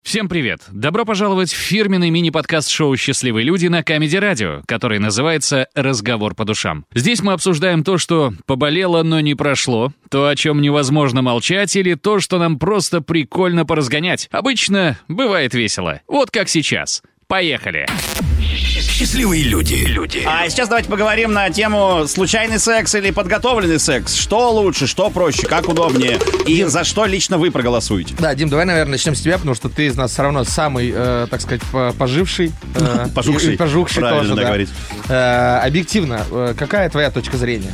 Всем привет! Добро пожаловать в фирменный мини-подкаст шоу «Счастливые люди» на Comedy Radio, который называется «Разговор по душам». Здесь мы обсуждаем то, что поболело, но не прошло, то, о чем невозможно молчать, или то, что нам просто прикольно поразгонять. Обычно бывает весело. Вот как сейчас. Поехали! Счастливые люди. А сейчас давайте поговорим на тему случайный секс или подготовленный секс. Что лучше, что проще, как удобнее и за что лично вы проголосуете? Да, Дим, давай, наверное, начнем с тебя, потому что ты из нас все равно самый, так сказать, поживший. Пожухший. Пожухший Правильно тоже, да. говорить. Объективно, какая твоя точка зрения?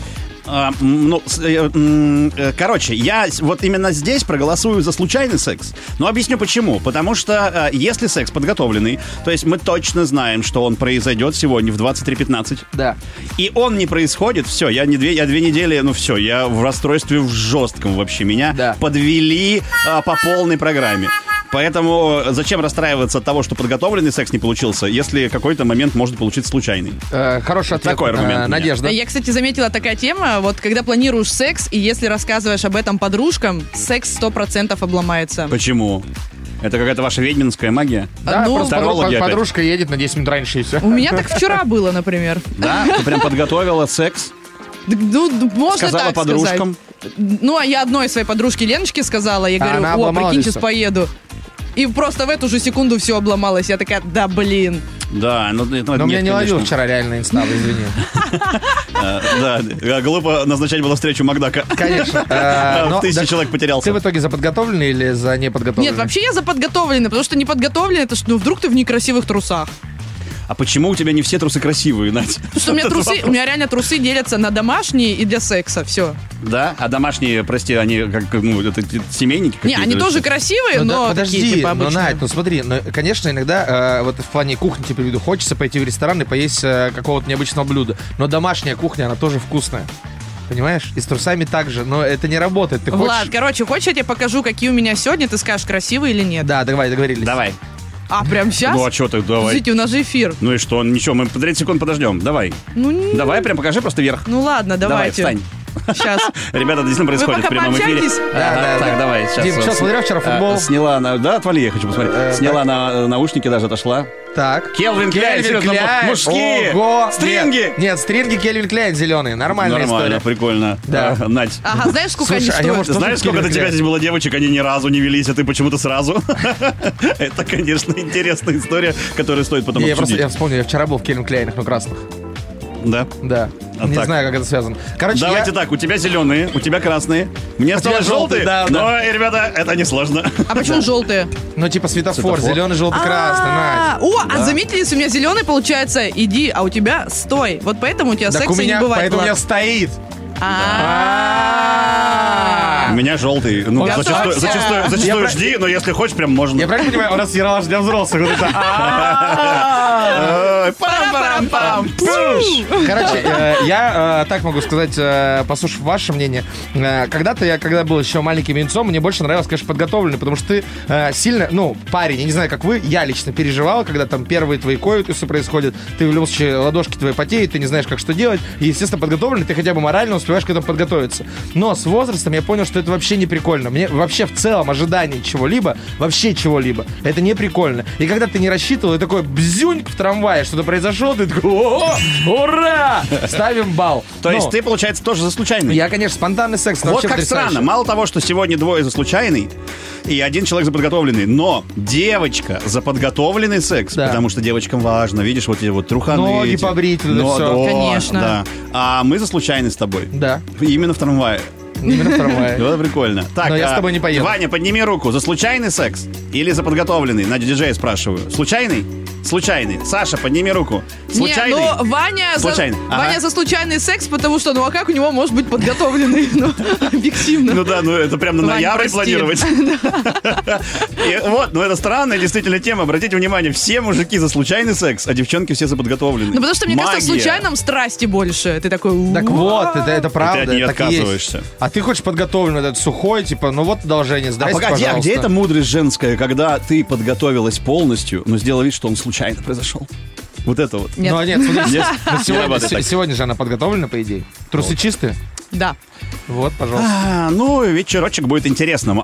Короче, я вот именно здесь проголосую за случайный секс. Но объясню почему. Потому что если секс подготовленный, то есть мы точно знаем, что он произойдет сегодня в 23:15. Да. И он не происходит, все, я 2 недели, я в расстройстве в жестком вообще. Меня подвели по полной программе. Поэтому зачем расстраиваться от того, что подготовленный секс не получился, если какой-то момент может получиться случайный? Хороший ответ. Такой аргумент. Надежда. Я, кстати, заметила такая тема, вот когда планируешь секс, и если рассказываешь об этом подружкам, секс 100% обломается. Почему? Это какая-то ваша ведьминская магия? Да, Ну, просто подружка едет на 10 минут раньше, и все. У меня так вчера было, например. Да? Ты прям подготовила секс? Ну, можно Сказала так подружкам? сказать. Ну, а я одной своей подружке Леночке сказала, я говорю, она о, обломалась прикинь, всё. сейчас поеду. И просто в эту же секунду все обломалось. Я такая, да блин. Да, Но меня не ловил вчера реально инстал, извини. Да, глупо назначать было встречу Макдака. Конечно. В 1000 человек потерялся. Ты в итоге за подготовленный или за неподготовленный? Нет, вообще я за подготовленный, потому что неподготовленный, это что, вдруг ты в некрасивых трусах. А почему у тебя не все трусы красивые, Надь? Потому что у меня реально трусы делятся на домашние и для секса, все. Да? А домашние, прости, они как, это семейники Не, какие-то? они или тоже что? красивые, но подожди, такие, типа, обычные. Надь, смотри, конечно, иногда вот в плане кухни, типа, виду, хочется пойти в ресторан и поесть какого-то необычного блюда. Но домашняя кухня, она тоже вкусная. Понимаешь? И с трусами так же, но это не работает. Ты Влад, хочешь, я тебе покажу, какие у меня сегодня, ты скажешь, красивые или нет? Да, давай, договорились. Давай. А, прям сейчас? Ну, а что ты, давай. Подождите, у нас же эфир. Ну и что? Ничего, мы по 30 секунд подождем. Давай. Давай, прям покажи просто вверх. Ну ладно, давайте. Давай, встань. Сейчас. Ребята, действительно происходит в пока прямом эфире. пообщайтесь. Да. Так, давай. Сейчас. Дим, что, смотрел вчера футбол? Сняла, да, отвали, я хочу посмотреть. Сняла наушники, даже отошла. Так. Келвин Кляйн, серьезно, мужские. Ого. Стринги. Нет, стринги Кельвин Кляйн зеленые. Нормальная Нормально, история. прикольно. Да. Надь. Ага, знаешь, сколько Слушай, они а я, стоят? может, Знаешь, сколько до Кельвин тебя Кляйн. здесь было девочек, они ни разу не велись, а ты почему-то сразу? Это, конечно, интересная история, которую стоит потом обсудить. Я вспомнил, я вчера был в Кельвин Кляйнах, но красных. Да? Да. Не так. знаю, как это связано. Короче, Давайте так, у тебя зеленые, у тебя красные, мне осталось тебя желтые, желтые, да. но, ребята, это не сложно. А почему желтые? Ну, типа светофор, Светофор. зеленый, желтый, красный, Надь. А заметили, если у меня зеленый получается, иди, а у тебя стой. Вот поэтому у тебя Так у секса не меня, бывает. поэтому у меня Влад. стоит. У меня желтый. Ну, Я зачастую Я жди, но если хочешь, прям можно. Я правильно понимаю, у нас ералаш для взрослых. Вот это. Пам-парам-пам. Короче, я так могу сказать, послушав ваше мнение. Когда-то я, когда был еще маленьким юнцом, мне больше нравилось, конечно, подготовленный, потому что ты сильно, парень, я не знаю, как вы, я лично переживал, когда там первые твои коитусы происходят, ты в любом случае, ладошки твои потеют, ты не знаешь, как что делать, и, естественно, подготовленный, ты хотя бы морально успеваешь к этому подготовиться. Но с возрастом я понял, что это вообще не прикольно. Мне вообще в целом ожидание чего-либо, вообще чего-либо, это не прикольно. И когда ты не рассчитывал, и такой бзюньк в трамвае, что-то произошло, ты такой, о, ура! Ставим балл. То есть ты, получается, тоже за случайный? Я, конечно, спонтанный секс. это Вот вообще как потрясающе. странно. Мало того, что сегодня 2 за случайный, и 1 человек за подготовленный, но девочка за подготовленный секс, Да. потому что девочкам важно, видишь, вот эти вот труханы. Ноги эти. побрить, вот это всё. Конечно. Да. А мы за случайный с тобой. Да, Именно в трамвае. именно в трамвае. Вот прикольно. Так, Но я с тобой не поеду. Ваня, подними руку. За случайный секс или за подготовленный? Надя, диджея спрашиваю. Случайный? Случайный. Саша, подними руку. Случайный? Не, ну, Ваня Случайный. Ваня за случайный секс, потому что, а как у него может быть подготовленный? Ну, объективно. Ну да, это прям на Вань, ноябрь прости. планировать. И вот, это странная действительно тема. Обратите внимание, все мужики за случайный секс, а девчонки все за подготовленный. Ну, потому что, мне кажется, в Магия. случайном страсти больше. Ты такой... Так вот, это правда. И ты от нее так и есть. отказываешься. А ты хочешь подготовленный, этот сухой, типа, вот одолжение, А здрасте, погоди, а пожалуйста. где эта мудрость женская, когда ты подготовилась полностью, но сделала вид, что он случайно произошел? Вот это вот. Нет. Ну, нет, смотри, Нет? но Не работает так. сегодня же она подготовлена, по идее. Трусы чистые? Да. Вот, пожалуйста. Ну, вечерочек будет интересным.